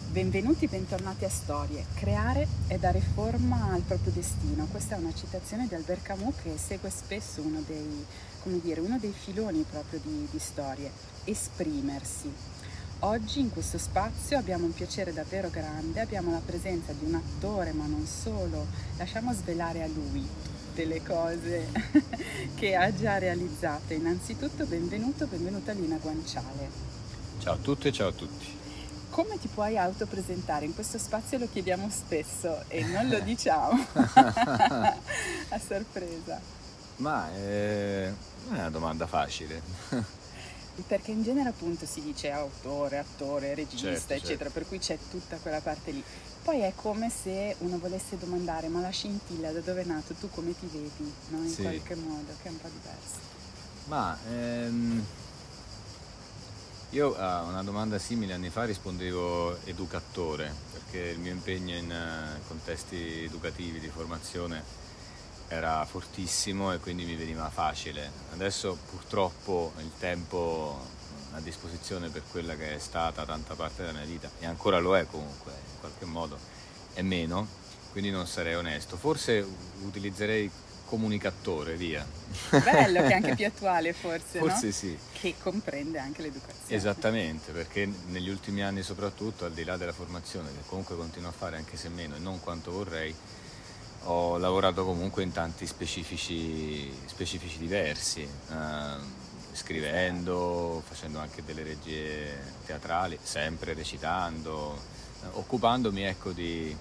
Benvenuti, bentornati a Storie. Creare è dare forma al proprio destino. Questa è una citazione di Albert Camus che segue spesso uno dei filoni proprio di Storie, esprimersi. Oggi in questo spazio abbiamo un piacere davvero grande, abbiamo la presenza di un attore, ma non solo. Lasciamo svelare a lui tutte le cose che ha già realizzato. Innanzitutto benvenuta Lina Guanciale. Ciao a tutte e ciao a tutti. Come ti puoi autopresentare? In questo spazio lo chiediamo spesso e non lo diciamo a sorpresa. Ma è una domanda facile. Perché in genere appunto si dice autore, attore, regista, Certo, eccetera, per cui c'è tutta quella parte lì. Poi è come se uno volesse domandare, ma la scintilla da dove è nato, tu come ti vedi, no? In qualche modo, che è un po' diverso. Ma io a una domanda simile anni fa rispondevo educatore, perché il mio impegno in contesti educativi di formazione era fortissimo e quindi mi veniva facile. Adesso purtroppo il tempo a disposizione per quella che è stata tanta parte della mia vita, e ancora lo è comunque in qualche modo, è meno, quindi non sarei onesto. Forse utilizzerei comunicatore, via. Bello, che è anche più attuale forse, Forse no? sì. Che comprende anche l'educazione. Esattamente, perché negli ultimi anni soprattutto, al di là della formazione, che comunque continuo a fare anche se meno e non quanto vorrei, ho lavorato comunque in tanti specifici diversi, scrivendo, facendo anche delle regie teatrali, sempre recitando, occupandomi ecco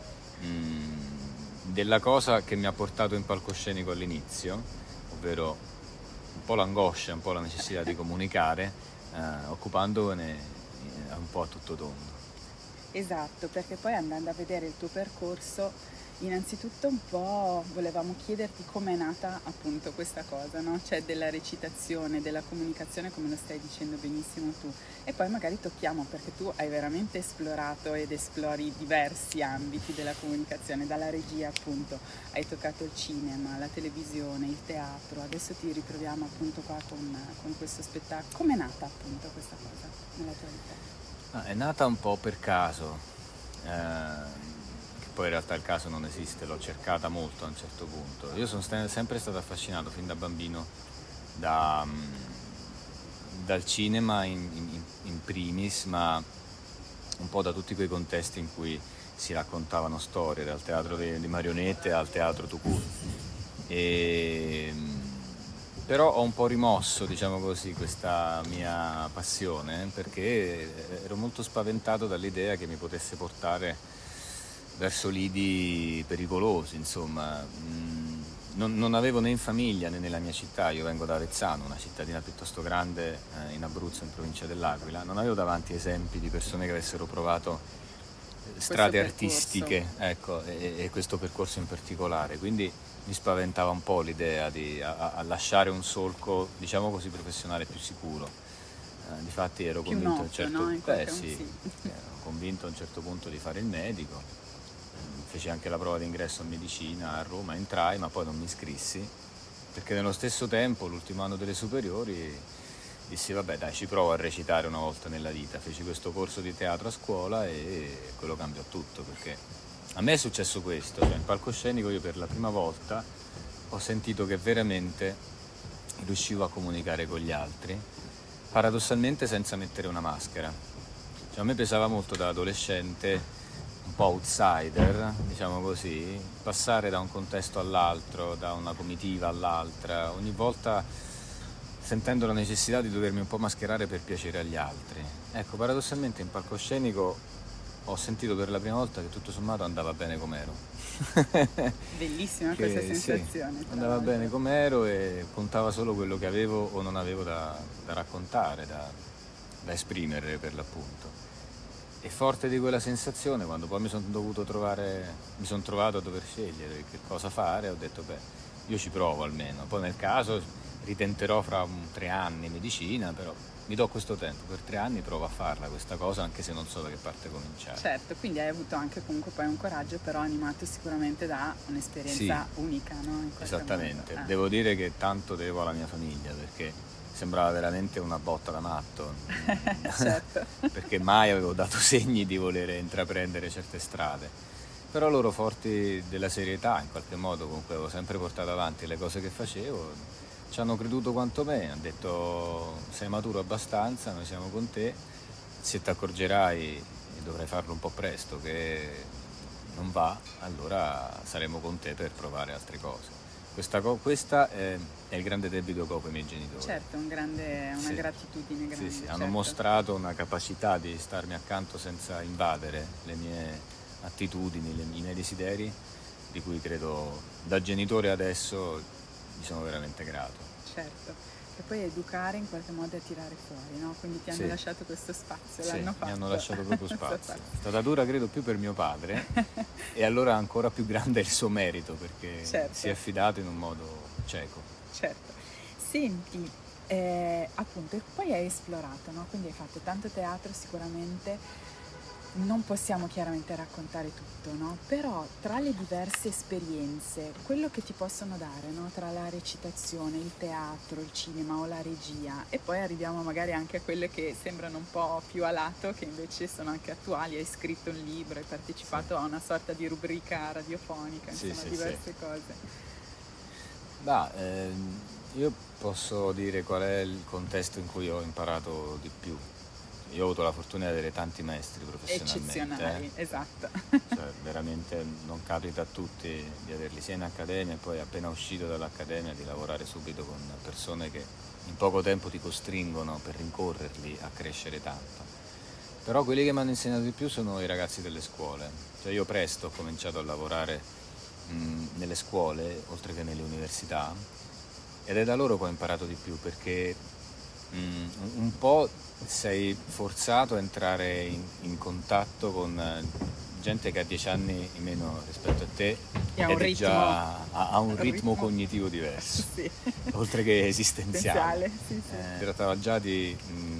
della cosa che mi ha portato in palcoscenico all'inizio, ovvero un po' l'angoscia, un po' la necessità di comunicare, occupandone un po' a tutto tondo. Esatto, perché poi andando a vedere il tuo percorso, innanzitutto un po' volevamo chiederti com'è nata appunto questa cosa, no? Cioè della recitazione, della comunicazione, come lo stai dicendo benissimo tu. E poi magari tocchiamo, perché tu hai veramente esplorato ed esplori diversi ambiti della comunicazione, dalla regia appunto, hai toccato il cinema, la televisione, il teatro, adesso ti ritroviamo appunto qua con questo spettacolo. Com'è nata appunto questa cosa nella tua vita? È nata un po' per caso, che poi in realtà il caso non esiste, l'ho cercata molto a un certo punto. Io sono sempre stato affascinato fin da bambino dal cinema in primis, ma un po' da tutti quei contesti in cui si raccontavano storie, dal teatro di marionette al teatro tout court. Però ho un po' rimosso, diciamo così, questa mia passione, perché ero molto spaventato dall'idea che mi potesse portare verso lidi pericolosi, insomma. Non avevo né in famiglia né nella mia città, io vengo da Avezzano, una cittadina piuttosto grande in Abruzzo, in provincia dell'Aquila, non avevo davanti esempi di persone che avessero provato strade artistiche, ecco, e questo percorso in particolare, quindi mi spaventava un po' l'idea di lasciare un solco, diciamo così, professionale più sicuro. Difatti ero Più convinto noto, no? ero convinto a un certo punto di fare il medico. Feci anche la prova d'ingresso a medicina a Roma, entrai, ma poi non mi iscrissi, perché nello stesso tempo, l'ultimo anno delle superiori, dissi vabbè dai, ci provo a recitare una volta nella vita. Feci questo corso di teatro a scuola e quello cambiò tutto, perché a me è successo questo, cioè in palcoscenico io per la prima volta ho sentito che veramente riuscivo a comunicare con gli altri, paradossalmente senza mettere una maschera. Cioè, a me pesava molto da adolescente, un po' outsider, diciamo così, passare da un contesto all'altro, da una comitiva all'altra, ogni volta sentendo la necessità di dovermi un po' mascherare per piacere agli altri. Ecco, paradossalmente in palcoscenico ho sentito per la prima volta che tutto sommato andava bene com'ero. Bellissima questa sensazione. Sì, andava bene com'ero e contava solo quello che avevo o non avevo da raccontare, da esprimere per l'appunto. E forte di quella sensazione, quando poi mi sono trovato a dover scegliere che cosa fare, ho detto beh, io ci provo almeno, poi nel caso ritenterò fra 3 anni medicina, però mi do questo tempo, per 3 anni provo a farla questa cosa, anche se non so da che parte cominciare. Certo, quindi hai avuto anche comunque poi un coraggio, però animato sicuramente da un'esperienza unica, no? Esattamente, devo dire che tanto devo alla mia famiglia, perché sembrava veramente una botta da matto, Certo. perché mai avevo dato segni di voler intraprendere certe strade. Però loro, forti della serietà, in qualche modo, comunque avevo sempre portato avanti le cose che facevo, ci hanno creduto quanto me, hanno detto sei maturo abbastanza, noi siamo con te, se ti accorgerai, e dovrai farlo un po' presto, che non va, allora saremo con te per provare altre cose. Questa è il grande debito che ho con i miei genitori. Certo, una Sì. gratitudine grande. Sì, certo. hanno mostrato una capacità di starmi accanto senza invadere le mie attitudini, i miei desideri, di cui credo da genitore adesso mi sono veramente grato. Certo. E poi educare in qualche modo e tirare fuori, no? Quindi ti hanno Sì. lasciato questo spazio, Sì, l'hanno fatto. mi hanno lasciato proprio spazio. Questo È stata dura, credo, più per mio padre e allora ancora più grande il suo merito, perché Certo. si è affidato in un modo cieco. Certo. Senti, appunto, e poi hai esplorato, no? Quindi hai fatto tanto teatro sicuramente, non possiamo chiaramente raccontare tutto, no? Però tra le diverse esperienze, quello che ti possono dare, no? Tra la recitazione, il teatro, il cinema o la regia, e poi arriviamo magari anche a quelle che sembrano un po' più a lato, che invece sono anche attuali. Hai scritto un libro, hai partecipato a una sorta di rubrica radiofonica, Sì, insomma, sì, diverse cose. Io posso dire qual è il contesto in cui ho imparato di più. Io ho avuto la fortuna di avere tanti maestri professionalmente. Eccezionali, esatto. Cioè, veramente non capita a tutti di averli sia in accademia e poi appena uscito dall'accademia di lavorare subito con persone che in poco tempo ti costringono per rincorrerli a crescere tanto. Però quelli che mi hanno insegnato di più sono i ragazzi delle scuole. Cioè, io presto ho cominciato a lavorare nelle scuole, oltre che nelle università, ed è da loro che ho imparato di più, perché un po' sei forzato a entrare in contatto con gente che ha 10 anni in meno rispetto a te E ha un ed è ritmo, già ha un ritmo cognitivo diverso, sì. oltre che esistenziale. Sì. Si trattava già di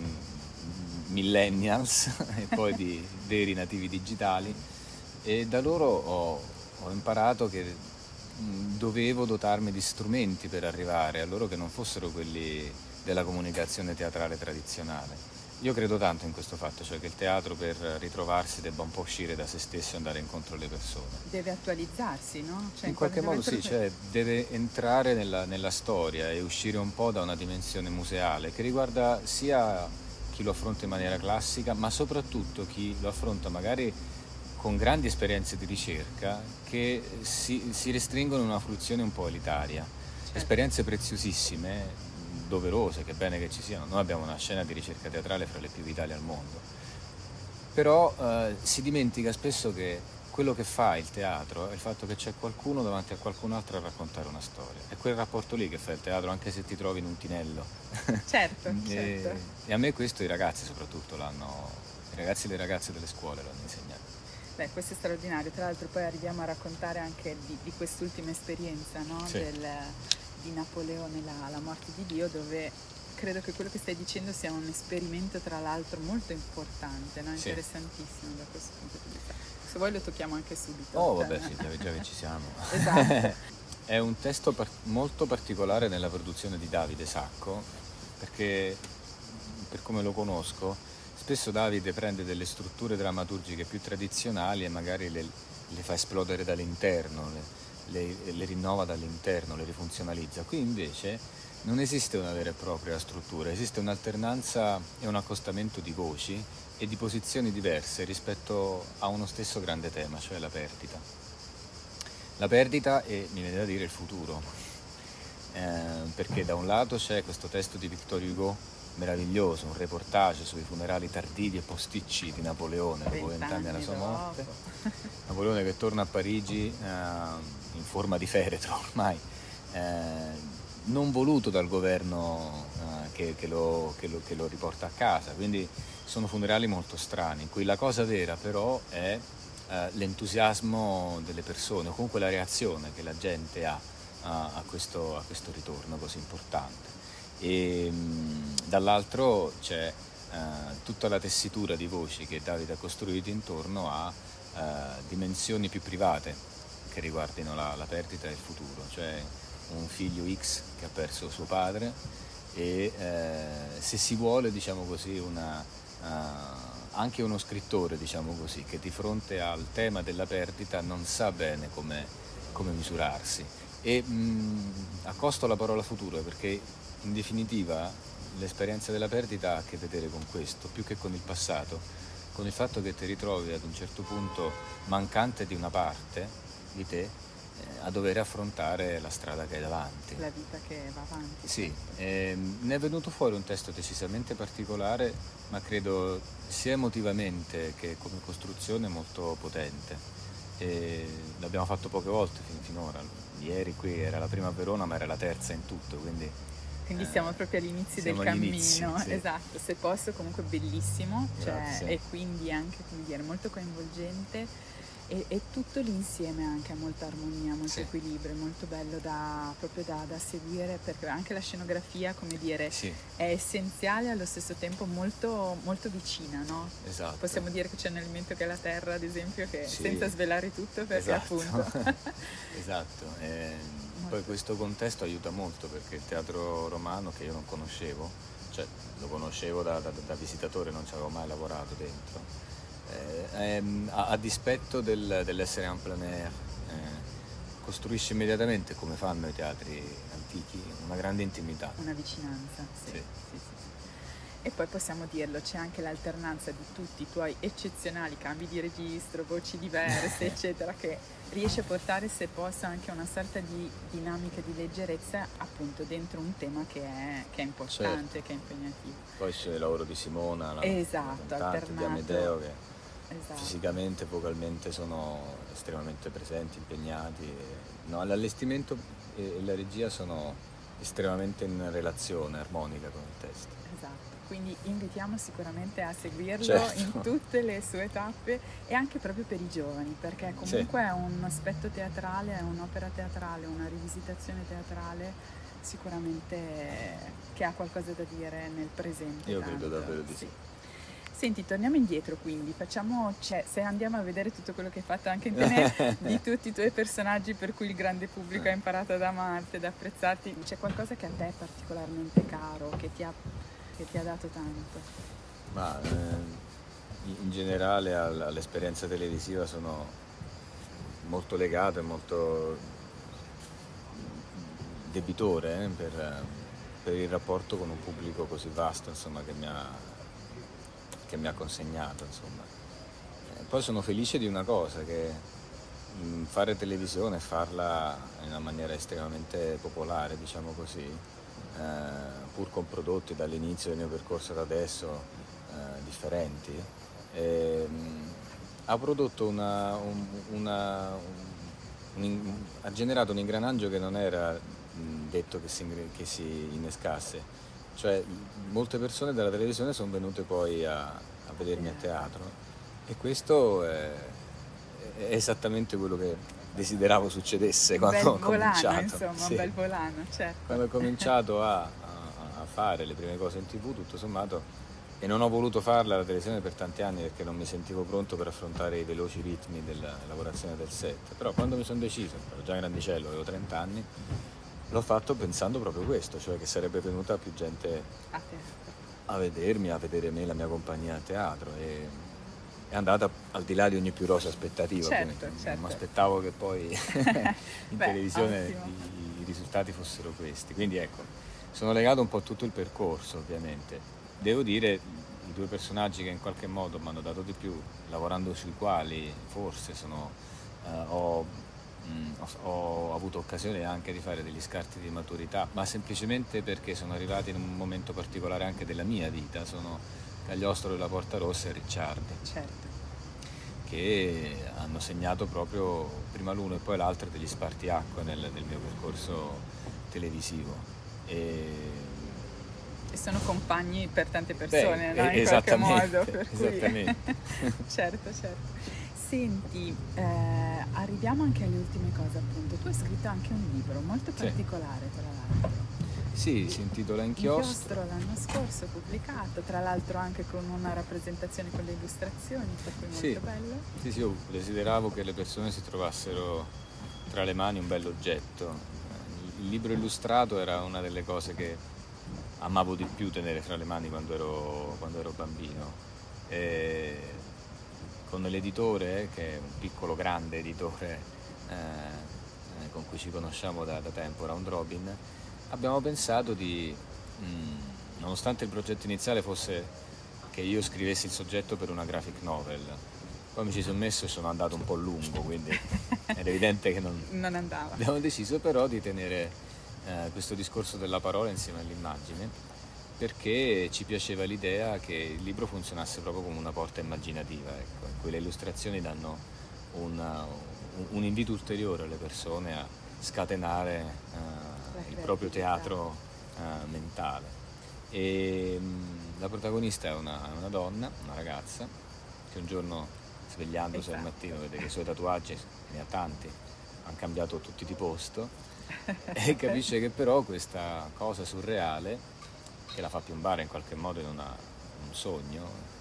millennials e poi di veri nativi digitali, e da loro ho imparato che dovevo dotarmi di strumenti per arrivare a loro, che non fossero quelli della comunicazione teatrale tradizionale. Io credo tanto in questo fatto, cioè che il teatro, per ritrovarsi, debba un po' uscire da se stesso e andare incontro alle persone. Deve attualizzarsi, no? Cioè, In qualche modo deve sì, cioè deve entrare nella storia e uscire un po' da una dimensione museale che riguarda sia chi lo affronta in maniera classica, ma soprattutto chi lo affronta magari con grandi esperienze di ricerca che si restringono in una fruizione un po' elitaria. Certo. Esperienze preziosissime, doverose, che è bene che ci siano. Noi abbiamo una scena di ricerca teatrale fra le più vitali al mondo, però si dimentica spesso che quello che fa il teatro è il fatto che c'è qualcuno davanti a qualcun altro a raccontare una storia. È quel rapporto lì che fa il teatro, anche se ti trovi in un tinello. Certo, e, certo. e a me questo i ragazzi soprattutto i ragazzi e le ragazze delle scuole l'hanno insegnato. Beh, questo è straordinario. Tra l'altro poi arriviamo a raccontare anche di quest'ultima esperienza, no? Sì. Di Napoleone, la morte di Dio, dove credo che quello che stai dicendo sia un esperimento, tra l'altro, molto importante, no? Sì. Interessantissimo da questo punto di vista. Se vuoi lo tocchiamo anche subito. Oh, vabbè, sì, già che ci siamo. Esatto. È un testo molto particolare nella produzione di Davide Sacco, perché per come lo conosco, spesso Davide prende delle strutture drammaturgiche più tradizionali e magari le fa esplodere dall'interno, le rinnova dall'interno, le rifunzionalizza. Qui invece non esiste una vera e propria struttura, esiste un'alternanza e un accostamento di voci e di posizioni diverse rispetto a uno stesso grande tema, cioè la perdita. La perdita e, mi viene da dire, il futuro, perché da un lato c'è questo testo di Victor Hugo meraviglioso, un reportage sui funerali tardivi e posticci di Napoleone dopo 20 anni dalla sua morte. Napoleone che torna a Parigi in forma di feretro ormai, non voluto dal governo che lo riporta a casa, quindi sono funerali molto strani, in cui la cosa vera però è l'entusiasmo delle persone, o comunque la reazione che la gente ha a questo ritorno così importante. E dall'altro c'è tutta la tessitura di voci che Davide ha costruito intorno a dimensioni più private che riguardino la perdita e il futuro, cioè un figlio X che ha perso suo padre e se si vuole, diciamo così, anche uno scrittore, diciamo così, che di fronte al tema della perdita non sa bene come misurarsi. E accosto la parola futuro perché in definitiva l'esperienza della perdita ha a che vedere con questo, più che con il passato, con il fatto che ti ritrovi ad un certo punto mancante di una parte di te, a dover affrontare la strada che hai davanti. La vita che va avanti. Sì, ne è venuto fuori un testo decisamente particolare, ma credo sia emotivamente che come costruzione molto potente. L'abbiamo fatto poche volte finora. Ieri qui era la prima a Verona, ma era la terza in tutto, quindi siamo proprio all'inizio del cammino, sì. Esatto, se posso comunque bellissimo, Grazie. e quindi anche, come dire, molto coinvolgente e tutto l'insieme anche ha molta armonia, molto equilibrio, molto bello proprio da seguire, perché anche la scenografia, come dire, è essenziale e allo stesso tempo molto, molto vicina, no? Esatto. Possiamo dire che c'è un elemento che è la terra, ad esempio, che senza svelare tutto, perché appunto... Esatto. Poi questo contesto aiuta molto perché il teatro romano, che io non conoscevo, cioè lo conoscevo da visitatore, non ci avevo mai lavorato dentro, a dispetto dell'essere en plein air, costruisce immediatamente, come fanno i teatri antichi, una grande intimità. Una vicinanza, sì. E poi possiamo dirlo, c'è anche l'alternanza di tutti i tuoi eccezionali cambi di registro, voci diverse, eccetera, che riesce a portare, se posso, anche una sorta di dinamica di leggerezza appunto dentro un tema che è importante, che è impegnativo. Poi c'è il lavoro di Simona, la alternato di Amedeo, che fisicamente e vocalmente sono estremamente presenti, impegnati. L'allestimento e la regia sono estremamente in relazione armonica con il testo. Esatto. Quindi invitiamo sicuramente a seguirlo in tutte le sue tappe e anche proprio per i giovani, perché comunque è un aspetto teatrale, è un'opera teatrale, una rivisitazione teatrale sicuramente che ha qualcosa da dire nel presente. Io credo davvero di sì. Senti, torniamo indietro quindi, se andiamo a vedere tutto quello che hai fatto anche in te di tutti i tuoi personaggi per cui il grande pubblico ha imparato ad amarti, ad apprezzarti, c'è qualcosa che a te è particolarmente caro, che ti ha dato tanto? Ma in generale all'esperienza televisiva sono molto legato e molto debitore per il rapporto con un pubblico così vasto, insomma, che mi ha consegnato, insomma. Poi sono felice di una cosa, che fare televisione e farla in una maniera estremamente popolare, diciamo così, pur con prodotti dall'inizio del mio percorso ad adesso differenti, ha prodotto ha generato un ingranaggio che non era detto che si innescasse, cioè molte persone dalla televisione sono venute poi a vedermi a teatro e questo è esattamente quello che desideravo succedesse quando ho cominciato. Insomma, un bel volano, certo. Quando ho cominciato a fare le prime cose in TV, tutto sommato, e non ho voluto farla la televisione per tanti anni perché non mi sentivo pronto per affrontare i veloci ritmi della lavorazione del set, però quando mi sono deciso, ero già grandicello, avevo 30 anni, l'ho fatto pensando proprio questo, cioè che sarebbe venuta più gente a vedermi, a vedere me, la mia compagnia a teatro, e è andata al di là di ogni più rosa aspettativa. Certo. Non mi aspettavo che poi in televisione i risultati fossero questi, quindi ecco, sono legato un po' a tutto il percorso, ovviamente. Devo dire, i due personaggi che in qualche modo mi hanno dato di più, lavorando sui quali forse ho avuto occasione anche di fare degli scarti di maturità, ma semplicemente perché sono arrivati in un momento particolare anche della mia vita, sono Cagliostro della Porta Rossa e Ricciardi, che hanno segnato proprio prima l'uno e poi l'altro degli spartiacque nel mio percorso televisivo. E sono compagni per tante persone, no? In qualche modo. Per esattamente. Cui... certo. Senti, arriviamo anche alle ultime cose, appunto. Tu hai scritto anche un libro molto particolare, tra l'altro. Sì, si intitola Inchiostro. L'anno scorso pubblicato, tra l'altro anche con una rappresentazione con le illustrazioni, per cui molto bello. Sì, io desideravo che le persone si trovassero tra le mani un bell'oggetto. Il libro illustrato era una delle cose che amavo di più tenere fra le mani quando ero bambino. E con l'editore, che è un piccolo grande editore con cui ci conosciamo da tempo, Round Robin, abbiamo pensato di, nonostante il progetto iniziale fosse che io scrivessi il soggetto per una graphic novel, poi mi ci sono messo e sono andato un po' lungo, quindi era evidente che non andava. Abbiamo deciso però di tenere questo discorso della parola insieme all'immagine, perché ci piaceva l'idea che il libro funzionasse proprio come una porta immaginativa, ecco, in cui le illustrazioni danno un invito ulteriore alle persone a scatenare il proprio teatro mentale. E la protagonista è una donna, una ragazza, che un giorno, svegliandosi al mattino, vede che i suoi tatuaggi, ne ha tanti, hanno cambiato tutti di posto e capisce che però questa cosa surreale, che la fa piombare in qualche modo in un sogno,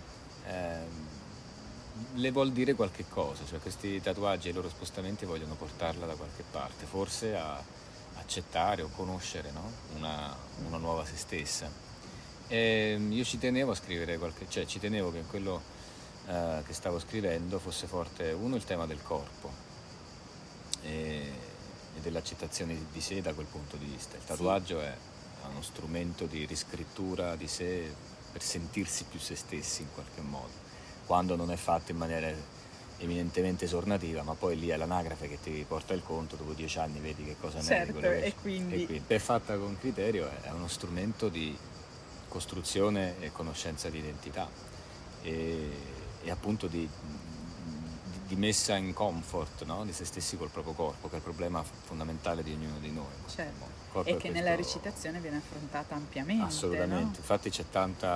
le vuol dire qualche cosa, cioè questi tatuaggi e i loro spostamenti vogliono portarla da qualche parte, forse a accettare o conoscere, no? una nuova se stessa. E io ci tenevo a scrivere ci tenevo che in quello che stavo scrivendo fosse forte, uno, il tema del corpo e dell'accettazione di sé da quel punto di vista. Il tatuaggio è uno strumento di riscrittura di sé per sentirsi più se stessi in qualche modo, quando non è fatto in maniera eminentemente esornativa, ma poi lì è l'anagrafe che ti porta il conto, dopo 10 anni vedi che cosa ne è. Certo, e quindi è fatta con criterio, è uno strumento di costruzione e conoscenza di identità e appunto di messa in comfort, no? Di se stessi col proprio corpo, che è il problema fondamentale di ognuno di noi. Certo, e che nella recitazione viene affrontata ampiamente. Assolutamente, no? Infatti c'è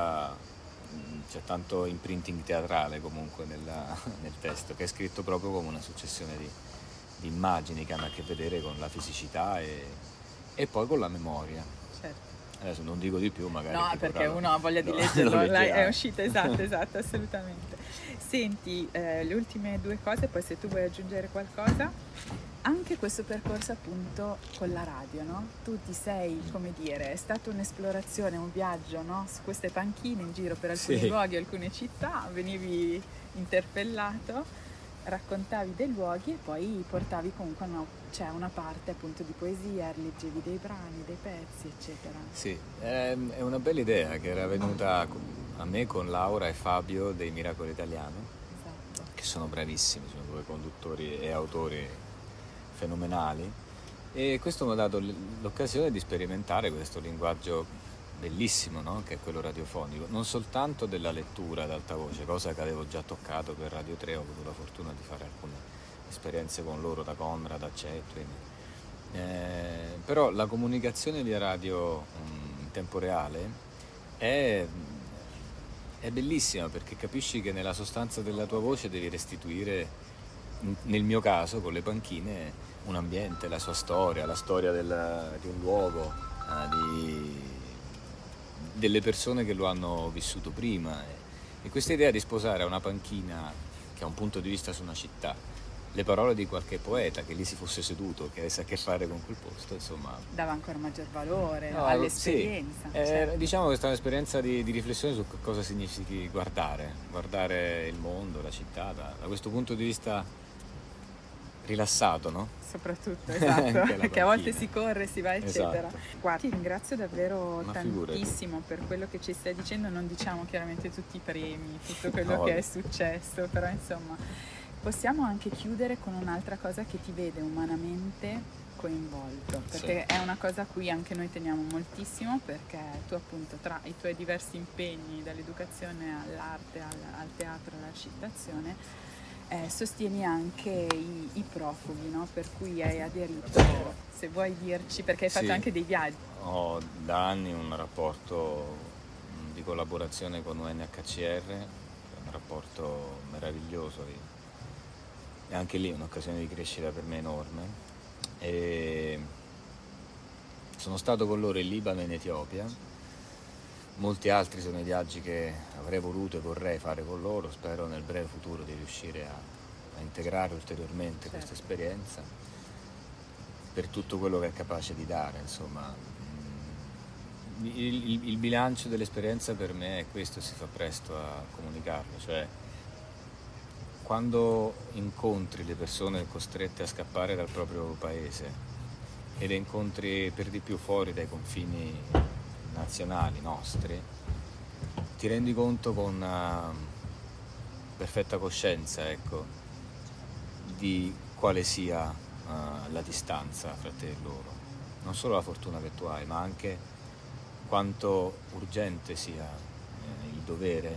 tanto imprinting teatrale comunque nel testo, che è scritto proprio come una successione di immagini che hanno a che vedere con la fisicità e poi con la memoria. Certo. Adesso non dico di più, magari. No, perché uno ha voglia di leggerlo, è uscita, esatto, assolutamente. Senti, le ultime 2 cose, poi se tu vuoi aggiungere qualcosa, anche questo percorso appunto con la radio, no? Tu ti sei, come dire, è stata un'esplorazione, un viaggio, no? Su queste panchine in giro per alcuni luoghi, alcune città, venivi interpellato, raccontavi dei luoghi e poi portavi comunque una parte appunto di poesia, leggevi dei brani, dei pezzi, eccetera. Sì, è una bella idea che era venuta a me con Laura e Fabio dei Miracolo Italiano, esatto. Che sono bravissimi, sono 2 conduttori e autori fenomenali, e questo mi ha dato l'occasione di sperimentare questo linguaggio bellissimo, no? Che è quello radiofonico, non soltanto della lettura ad alta voce, cosa che avevo già toccato per Radio 3, ho avuto la fortuna di fare alcune esperienze con loro, da Conrad a Chetwin, però la comunicazione via radio in tempo reale è bellissima, perché capisci che nella sostanza della tua voce devi restituire, nel mio caso con le panchine, un ambiente, la sua storia, la storia di un luogo, delle persone che lo hanno vissuto prima, e questa idea di sposare a una panchina che ha un punto di vista su una città le parole di qualche poeta che lì si fosse seduto, che avesse a che fare con quel posto, insomma, dava ancora maggior valore all'esperienza. Sì. Diciamo che è stata un'esperienza di riflessione su cosa significhi guardare il mondo, la città da questo punto di vista rilassato, no? Soprattutto, esatto, perché a volte si corre, si va, eccetera. Esatto. Guarda, ti ringrazio davvero tantissimo per quello che ci stai dicendo. Non diciamo chiaramente tutti i premi, tutto quello che è successo, però insomma possiamo anche chiudere con un'altra cosa che ti vede umanamente coinvolto, perché è una cosa a cui anche noi teniamo moltissimo, perché tu appunto tra i tuoi diversi impegni, dall'educazione all'arte, al teatro, alla recitazione, sostieni anche i profughi, no? Per cui hai aderito, se vuoi dirci, perché hai fatto anche dei viaggi. Ho da anni un rapporto di collaborazione con UNHCR, un rapporto meraviglioso e anche lì un'occasione di crescita per me enorme. E sono stato con loro in Libano e in Etiopia. Molti altri sono i viaggi che avrei voluto e vorrei fare con loro. Spero nel breve futuro di riuscire a integrare ulteriormente questa esperienza per tutto quello che è capace di dare, insomma. il bilancio dell'esperienza per me è questo, si fa presto a comunicarlo, cioè quando incontri le persone costrette a scappare dal proprio paese e le incontri per di più fuori dai confini nazionali nostri, ti rendi conto con perfetta coscienza, ecco, di quale sia la distanza fra te e loro. Non solo la fortuna che tu hai, ma anche quanto urgente sia il dovere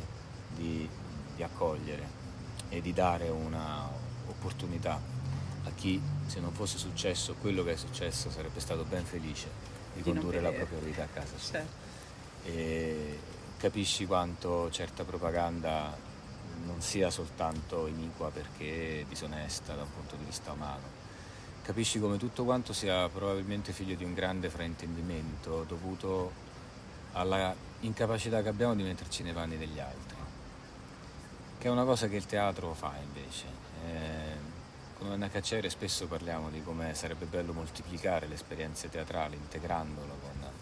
di accogliere e di dare una opportunità a chi, se non fosse successo quello che è successo, sarebbe stato ben felice di condurre la propria vita a casa sua. Certo. E capisci quanto certa propaganda non sia soltanto iniqua perché disonesta da un punto di vista umano. Capisci come tutto quanto sia probabilmente figlio di un grande fraintendimento dovuto alla incapacità che abbiamo di metterci nei panni degli altri, che è una cosa che il teatro fa invece. Con Anna Cacciere spesso parliamo di come sarebbe bello moltiplicare le esperienze teatrali integrandolo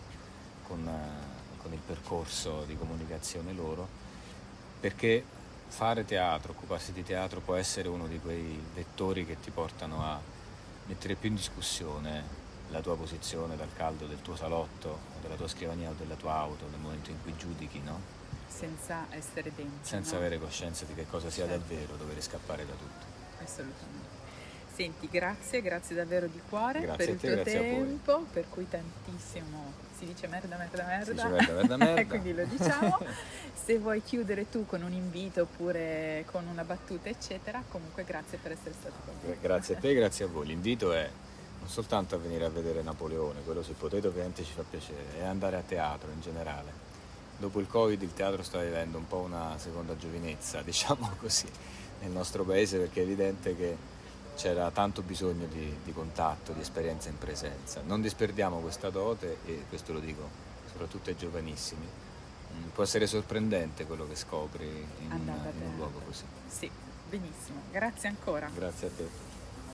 con il percorso di comunicazione loro, perché fare teatro, occuparsi di teatro può essere uno di quei vettori che ti portano a mettere più in discussione la tua posizione dal caldo del tuo salotto o della tua scrivania o della tua auto nel momento in cui giudichi, no? Senza essere dentro. Senza no? avere coscienza di che cosa sia Certo. davvero dover scappare da tutto. Assolutamente. Senti, grazie davvero di cuore Grazie per a il te, tuo grazie a voi. tempo, per cui tantissimo, si dice merda, Si dice merda. quindi lo diciamo. Se vuoi chiudere tu con un invito oppure con una battuta, eccetera, comunque grazie per essere stato con me. Grazie a te, grazie a voi. L'invito è non soltanto a venire a vedere Napoleone, quello se potete ovviamente ci fa piacere, è andare a teatro in generale. Dopo il Covid il teatro sta vivendo un po' una seconda giovinezza, diciamo così, nel nostro paese, perché è evidente che c'era tanto bisogno di contatto, di esperienza in presenza. Non disperdiamo questa dote e questo lo dico soprattutto ai giovanissimi. Può essere sorprendente quello che scopri in un luogo così. Sì, benissimo. Grazie ancora. Grazie a te.